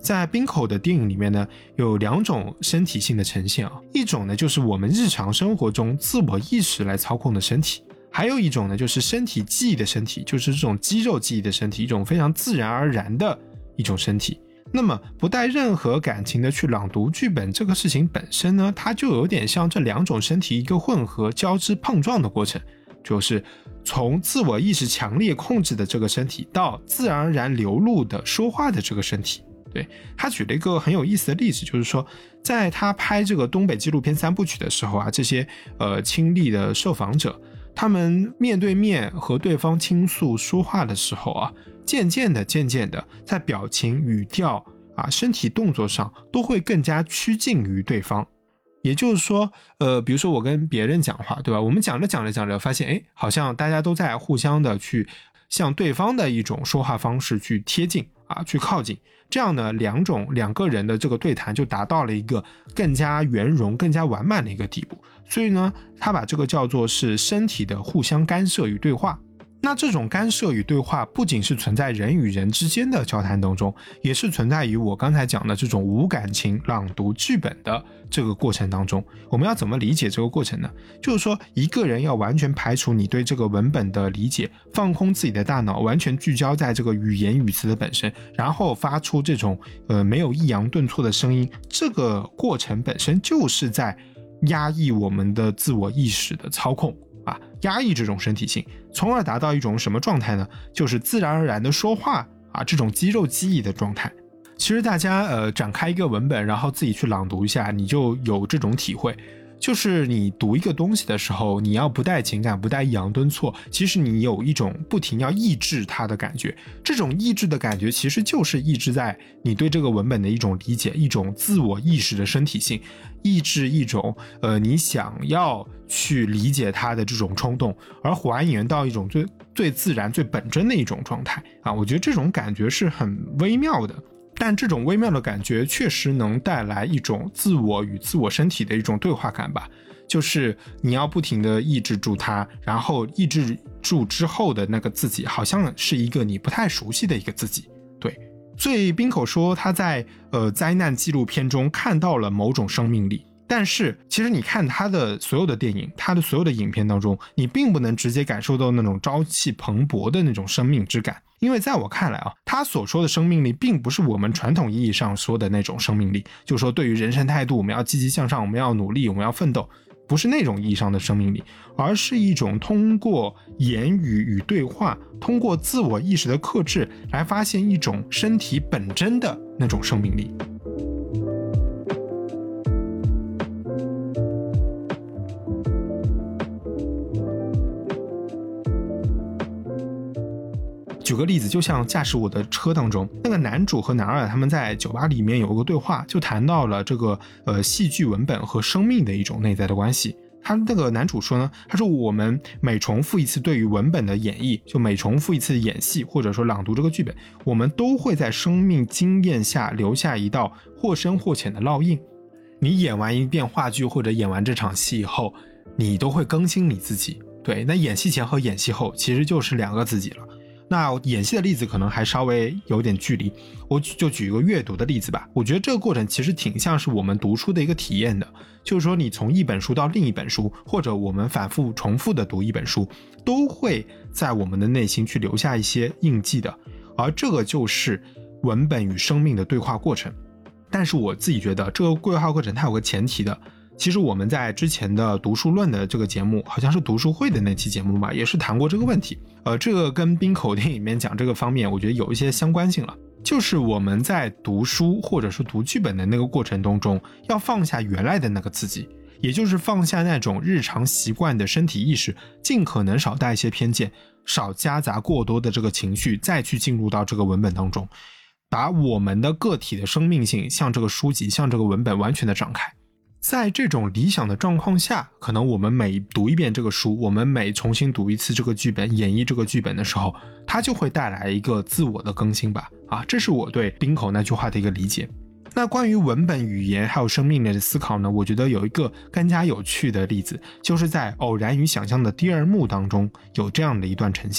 在冰口的电影里面呢，有2种身体性的呈现啊，一种呢就是我们日常生活中自我意识来操控的身体，还有一种呢就是身体记忆的身体，就是这种肌肉记忆的身体，一种非常自然而然的一种身体。那么不带任何感情的去朗读剧本这个事情本身呢，它就有点像这2种身体一个混合交织碰撞的过程，就是从自我意识强烈控制的这个身体到自然而然流露的说话的这个身体。对，他举了一个很有意思的例子，就是说在他拍这个东北纪录片3部曲的时候啊，这些亲历的受访者，他们面对面和对方倾诉说话的时候啊，渐渐的在表情语调啊身体动作上都会更加趋近于对方。也就是说比如说我跟别人讲话，对吧，我们讲着发现好像大家都在互相的去向对方的一种说话方式去贴近啊，去靠近，这样呢两个人的这个对谈就达到了一个更加圆融更加完满的一个地步。所以呢他把这个叫做是身体的互相干涉与对话。那这种干涉与对话不仅是存在人与人之间的交谈当中，也是存在于我刚才讲的这种无感情朗读剧本的这个过程当中。我们要怎么理解这个过程呢？就是说一个人要完全排除你对这个文本的理解，放空自己的大脑，完全聚焦在这个语言语词的本身，然后发出这种没有抑扬顿挫的声音，这个过程本身就是在压抑我们的自我意识的操控啊，压抑这种身体性，从而达到一种什么状态呢？就是自然而然的说话啊，这种肌肉记忆的状态。其实大家展开一个文本，然后自己去朗读一下，你就有这种体会。就是你读一个东西的时候，你要不带情感，不带抑扬顿挫，其实你有一种不停要抑制它的感觉。这种抑制的感觉其实就是抑制在你对这个文本的一种理解，一种自我意识的身体性，抑制一种你想要去理解它的这种冲动，而还原到一种最自然最本真的一种状态啊。我觉得这种感觉是很微妙的，但这种微妙的感觉确实能带来一种自我与自我身体的一种对话感吧。就是你要不停的抑制住它，然后抑制住之后的那个自己好像是一个你不太熟悉的一个自己。对，所以冰口说他在灾难纪录片中看到了某种生命力，但是其实你看他的所有的电影，他的所有的影片当中，你并不能直接感受到那种朝气蓬勃的那种生命之感。因为在我看来啊，他所说的生命力并不是我们传统意义上说的那种生命力，就是说对于人生态度我们要积极向上，我们要努力，我们要奋斗，不是那种意义上的生命力，而是一种通过言语与对话，通过自我意识的克制来发现一种身体本真的那种生命力。举个例子，就像驾驶我的车当中，那个男主和男二他们在酒吧里面有个对话，就谈到了这个戏剧文本和生命的一种内在的关系。他那个男主说呢，他说我们每重复一次对于文本的演绎，就每重复一次演戏或者说朗读这个剧本，我们都会在生命经验下留下一道或深或浅的烙印。你演完一遍话剧或者演完这场戏以后，你都会更新你自己。对，那演戏前和演戏后其实就是2个自己了。那演戏的例子可能还稍微有点距离，我就举一个阅读的例子吧。我觉得这个过程其实挺像是我们读书的一个体验的，就是说你从一本书到另一本书，或者我们反复重复的读一本书，都会在我们的内心去留下一些印记的，而这个就是文本与生命的对话过程。但是我自己觉得这个对话过程它有个前提的，其实我们在之前的读书论的这个节目，好像是读书会的那期节目吧，也是谈过这个问题。这个跟冰口电影里面讲这个方面，我觉得有一些相关性了。就是我们在读书或者说读剧本的那个过程当中，要放下原来的那个自己，也就是放下那种日常习惯的身体意识，尽可能少带一些偏见，少夹杂过多的这个情绪，再去进入到这个文本当中，把我们的个体的生命性向这个书籍向这个文本完全的展开。在这种理想的状况下，可能我们每读一遍这个书，我们每重新读一次这个剧本，演绎这个剧本的时候，它就会带来一个自我的更新吧。这是我对冰口那句话的一个理解。那关于文本语言还有生命力的思考呢，我觉得有一个更加有趣的例子，就是在偶然与想象的第2幕当中有这样的一段呈现。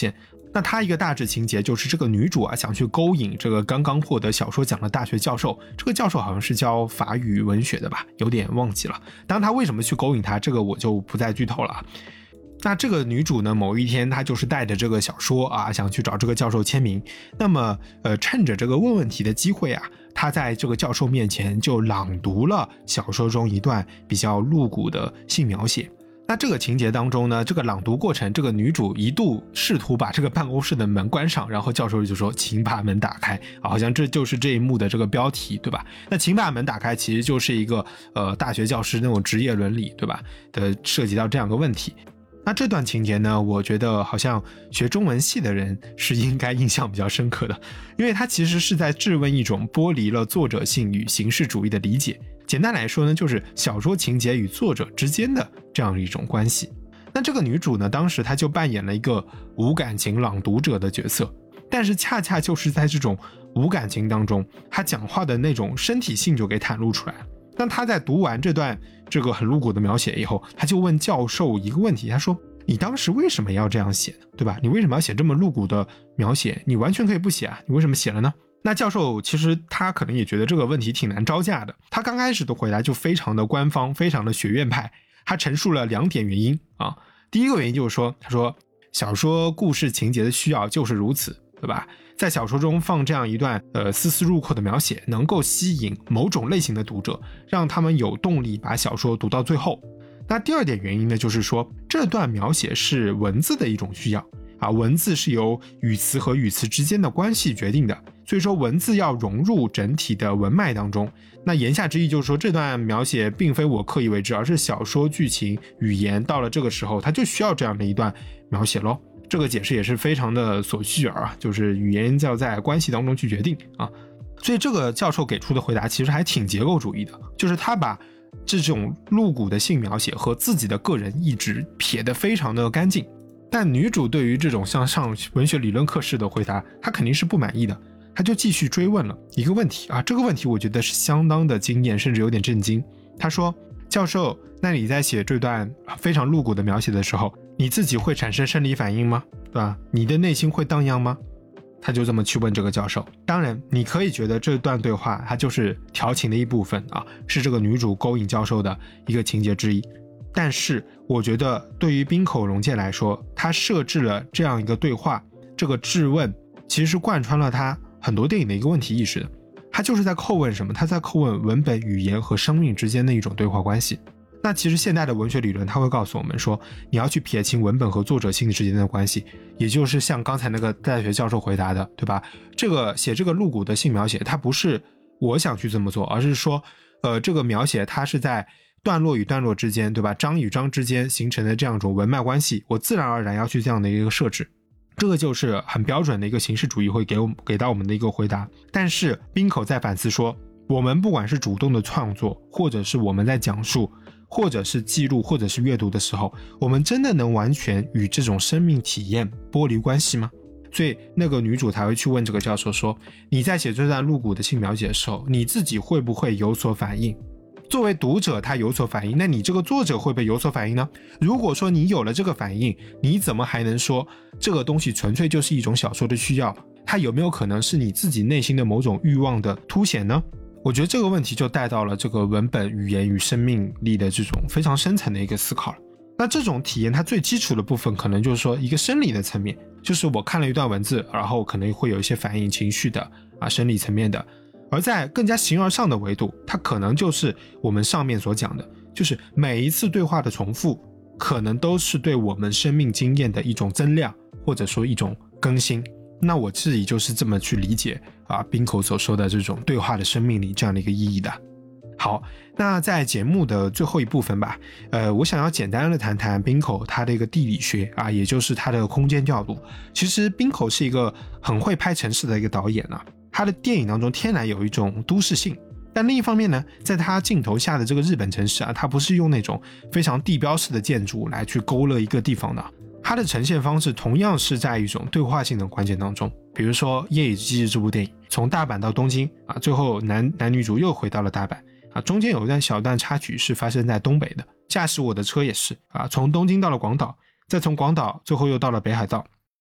那他一个大致情节就是这个女主想去勾引这个刚刚获得小说奖的大学教授，这个教授好像是教法语文学的吧，有点忘记了。当然他为什么去勾引他，这个我就不再剧透了。那这个女主呢，某一天她就是带着这个小说想去找这个教授签名。那么趁着这个问问题的机会她在这个教授面前就朗读了小说中一段比较露骨的性描写。那这个情节当中呢，这个朗读过程，这个女主一度试图把这个办公室的门关上，然后教授就说请把门打开，好像这就是这一幕的这个标题，对吧？那请把门打开其实就是一个大学教师那种职业伦理，对吧？的涉及到这样一个问题。那这段情节呢，我觉得好像学中文系的人是应该印象比较深刻的，因为它其实是在质问一种剥离了作者性与形式主义的理解。简单来说呢，就是小说情节与作者之间的这样一种关系。那这个女主呢，当时她就扮演了一个无感情朗读者的角色，但是恰恰就是在这种无感情当中，她讲话的那种身体性就给袒露出来了。那她在读完这段这个很露骨的描写以后，她就问教授一个问题，她说你当时为什么要这样写呢？对吧？你为什么要写这么露骨的描写？你完全可以不写你为什么写了呢？那教授其实他可能也觉得这个问题挺难招架的，他刚开始的回答就非常的官方，非常的学院派。他陈述了2点原因第一个原因就是说，他说小说故事情节的需要就是如此，对吧？在小说中放这样一段丝丝入扣的描写，能够吸引某种类型的读者，让他们有动力把小说读到最后。那第2点原因呢，就是说这段描写是文字的一种需要文字是由语词和语词之间的关系决定的，所以说文字要融入整体的文脉当中。那言下之意就是说，这段描写并非我刻意为之，而是小说剧情语言到了这个时候它就需要这样的一段描写咯。这个解释也是非常的所需就是语言要在关系当中去决定所以这个教授给出的回答其实还挺结构主义的，就是他把这种露骨的性描写和自己的个人意志撇得非常的干净。但女主对于这种像上文学理论课式的回答，她肯定是不满意的，她就继续追问了一个问题这个问题我觉得是相当的惊艳，甚至有点震惊。她说，教授，那你在写这段非常露骨的描写的时候，你自己会产生生理反应吗？对吧？你的内心会荡漾吗？他就这么去问这个教授。当然你可以觉得这段对话它就是调情的一部分是这个女主勾引教授的一个情节之一。但是我觉得对于滨口龙介来说，他设置了这样一个对话，这个质问其实是贯穿了他很多电影的一个问题意识的。他就是在叩问什么？他在叩问文本语言和生命之间的一种对话关系。那其实现代的文学理论它会告诉我们说，你要去撇清文本和作者性之间的关系，也就是像刚才那个大学教授回答的，对吧？这个写这个露骨的性描写，它不是我想去这么做，而是说这个描写它是在段落与段落之间，对吧？章与章之间形成的这样一种文脉关系，我自然而然要去这样的一个设置。这个就是很标准的一个形式主义会给到我们的一个回答。但是滨口在反思说，我们不管是主动的创作，或者是我们在讲述，或者是记录，或者是阅读的时候，我们真的能完全与这种生命体验剥离关系吗？所以那个女主才会去问这个教授说，你在写这段露骨的性描写的时候，你自己会不会有所反应？作为读者他有所反应，那你这个作者会不会有所反应呢？如果说你有了这个反应，你怎么还能说这个东西纯粹就是一种小说的需要？它有没有可能是你自己内心的某种欲望的凸显呢？我觉得这个问题就带到了这个文本语言与生命力的这种非常深层的一个思考了。那这种体验它最基础的部分可能就是说一个生理的层面，就是我看了一段文字，然后可能会有一些反应情绪的生理层面的。而在更加形而上的维度，它可能就是我们上面所讲的，就是每一次对话的重复可能都是对我们生命经验的一种增量，或者说一种更新。那我自己就是这么去理解滨口所说的这种对话的生命力这样的一个意义的。好，那在节目的最后一部分吧，我想要简单的谈谈滨口他的一个地理学也就是他的空间调度。其实滨口是一个很会拍城市的一个导演他的电影当中天然有一种都市性，但另一方面呢，在他镜头下的这个日本城市他不是用那种非常地标式的建筑来去勾勒一个地方的，它的呈现方式同样是在一种对话性的关键当中。比如说《夜以继日》这部电影，从大阪到东京最后男女主又回到了大阪中间有一段小段插曲是发生在东北的，驾驶我的车也是从东京到了广岛，再从广岛最后又到了北海道。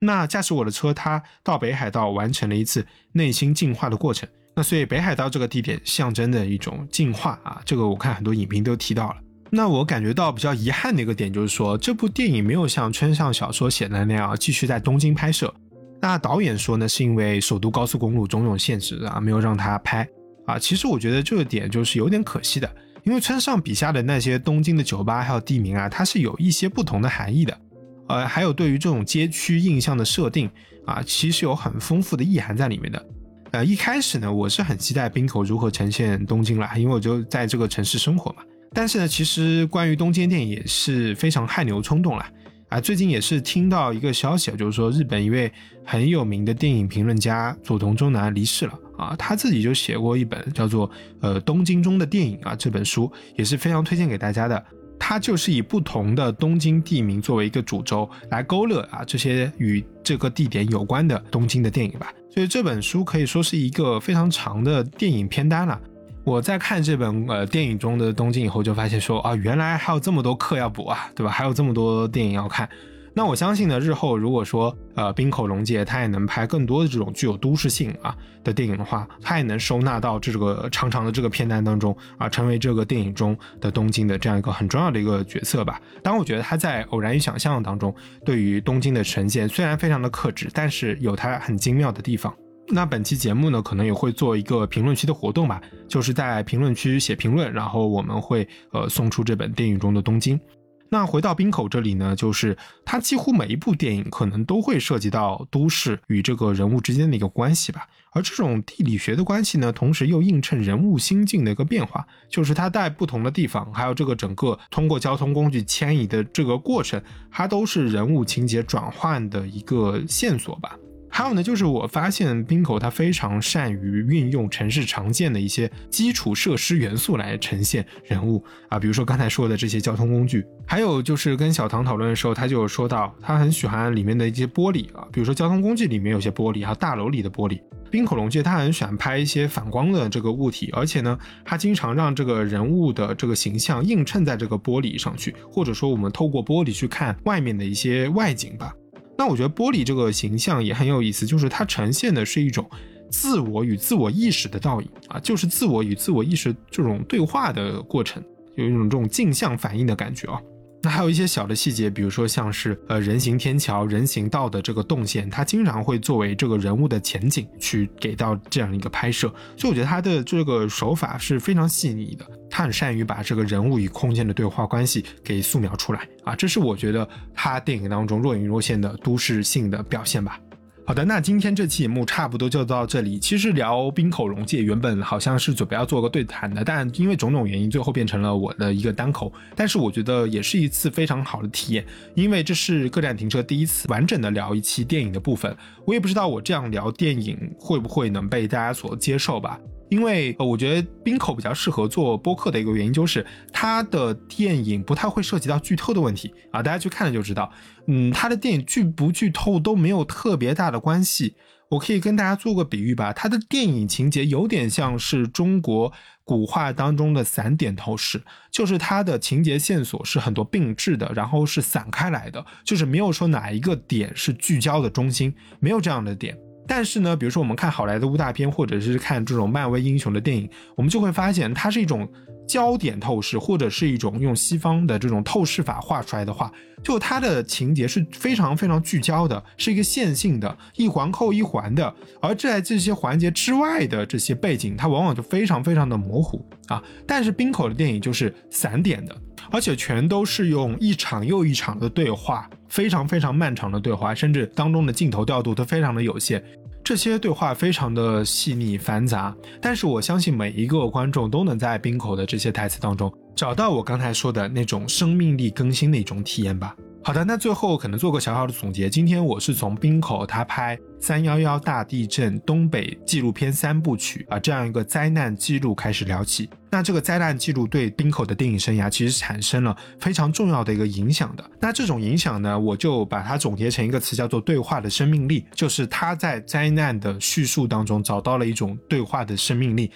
那驾驶我的车，他到北海道完成了一次内心进化的过程。那所以北海道这个地点象征的一种进化啊，这个我看很多影评都提到了。那我感觉到比较遗憾的一个点就是说，这部电影没有像村上小说写的那样继续在东京拍摄。那导演说呢，是因为首都高速公路种种限制啊，没有让他拍啊。其实我觉得这个点就是有点可惜的，因为村上笔下的那些东京的酒吧还有地名啊，它是有一些不同的含义的。还有对于这种街区印象的设定啊，其实有很丰富的意涵在里面的。一开始呢，我是很期待滨口如何呈现东京啦，因为我就在这个城市生活嘛。但是呢，其实关于东京电影也是非常汗牛充栋啦。最近也是听到一个消息，就是说日本一位很有名的电影评论家佐藤忠男离世了啊，他自己就写过一本叫做东京中的电影啊，这本书也是非常推荐给大家的。它就是以不同的东京地名作为一个主轴来勾勒啊这些与这个地点有关的东京的电影吧，所以这本书可以说是一个非常长的电影片单了。我在看这本电影中的东京以后，就发现说啊，原来还有这么多课要补啊，对吧？还有这么多电影要看。那我相信呢，日后如果说滨口龙介他也能拍更多的这种具有都市性的电影的话，他也能收纳到这个长长的这个片单当中啊，成为这个电影中的东京的这样一个很重要的一个角色吧。当然我觉得他在偶然与想象当中对于东京的呈现虽然非常的克制，但是有他很精妙的地方。那本期节目呢，可能也会做一个评论区的活动吧，就是在评论区写评论，然后我们会送出这本电影中的东京。那回到滨口这里呢，就是它几乎每一部电影可能都会涉及到都市与这个人物之间的一个关系吧，而这种地理学的关系呢，同时又映衬人物心境的一个变化，就是它在不同的地方，还有这个整个通过交通工具迁移的这个过程，它都是人物情节转换的一个线索吧。还有呢，就是我发现滨口他非常善于运用城市常见的一些基础设施元素来呈现人物啊，比如说刚才说的这些交通工具，还有就是跟小唐讨论的时候，他就有说到他很喜欢里面的一些玻璃啊，比如说交通工具里面有些玻璃，还有大楼里的玻璃。滨口龙介他很喜欢拍一些反光的这个物体，而且呢，他经常让这个人物的这个形象映衬在这个玻璃上去，或者说我们透过玻璃去看外面的一些外景吧。那我觉得玻璃这个形象也很有意思，就是它呈现的是一种自我与自我意识的倒影啊，就是自我与自我意识这种对话的过程，有一种这种镜像反应的感觉啊。那还有一些小的细节，比如说像是人行天桥、人行道的这个动线，它经常会作为这个人物的前景去给到这样一个拍摄，所以我觉得它的这个手法是非常细腻的，他很善于把这个人物与空间的对话关系给素描出来啊，这是我觉得他电影当中若隐若现的都市性的表现吧。好的，那今天这期节目差不多就到这里。其实聊滨口龙介原本好像是准备要做个对谈的，但因为种种原因最后变成了我的一个单口，但是我觉得也是一次非常好的体验，因为这是各站停车第一次完整的聊一期电影的部分。我也不知道我这样聊电影会不会能被大家所接受吧，因为我觉得滨口比较适合做播客的一个原因就是他的电影不太会涉及到剧透的问题啊，大家去看了就知道，他的电影剧不剧透都没有特别大的关系。我可以跟大家做个比喻吧，他的电影情节有点像是中国古画当中的散点透视，就是他的情节线索是很多并置的，然后是散开来的，就是没有说哪一个点是聚焦的中心，没有这样的点。但是呢，比如说我们看好莱坞大片，或者是看这种漫威英雄的电影，我们就会发现它是一种焦点透视，或者是一种用西方的这种透视法画出来的话，就它的情节是非常非常聚焦的，是一个线性的，一环扣一环的，而在这些环节之外的这些背景，它往往就非常非常的模糊啊。但是滨口的电影就是散点的，而且全都是用一场又一场的对话，非常非常漫长的对话，甚至当中的镜头调度都非常的有限，这些对话非常的细腻繁杂，但是我相信每一个观众都能在滨口的这些台词当中找到我刚才说的那种生命力更新的一种体验吧。好的，那最后可能做个小小的总结，今天我是从滨口他拍311大地震东北纪录片3部曲这样一个灾难记录开始聊起。那这个灾难记录对滨口的电影生涯其实产生了非常重要的一个影响的。那这种影响呢，我就把它总结成一个词叫做对话的生命力，就是他在灾难的叙述当中找到了一种对话的生命力。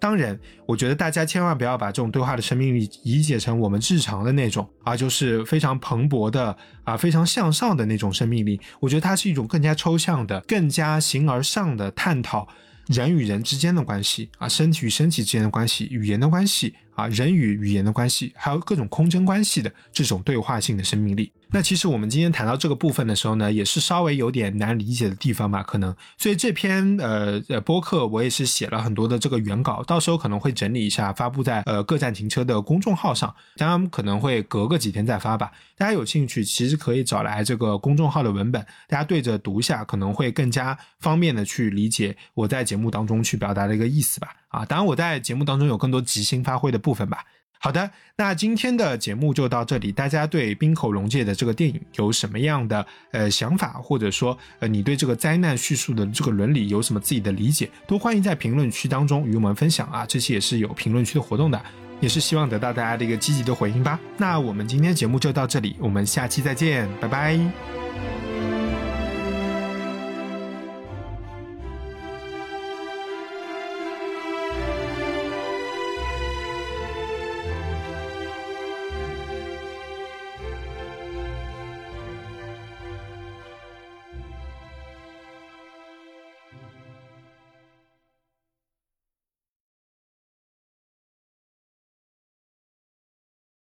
当然我觉得大家千万不要把这种对话的生命力理解成我们日常的那种就是非常蓬勃的非常向上的那种生命力。我觉得它是一种更加抽象的、更加形而上的探讨人与人之间的关系身体与身体之间的关系、语言的关系人与语言的关系，还有各种空间关系的这种对话性的生命力。那其实我们今天谈到这个部分的时候呢，也是稍微有点难理解的地方吧，可能。所以这篇播客我也是写了很多的这个原稿，到时候可能会整理一下，发布在各站停车的公众号上，当然可能会隔个几天再发吧。大家有兴趣其实可以找来这个公众号的文本，大家对着读一下，可能会更加方便的去理解我在节目当中去表达的一个意思吧。当然我在节目当中有更多即兴发挥的部分吧。好的，那今天的节目就到这里。大家对滨口龙介的这个电影有什么样的想法，或者说你对这个灾难叙述的这个伦理有什么自己的理解，都欢迎在评论区当中与我们分享这期也是有评论区的活动的，也是希望得到大家的一个积极的回应吧。那我们今天节目就到这里，我们下期再见，拜拜。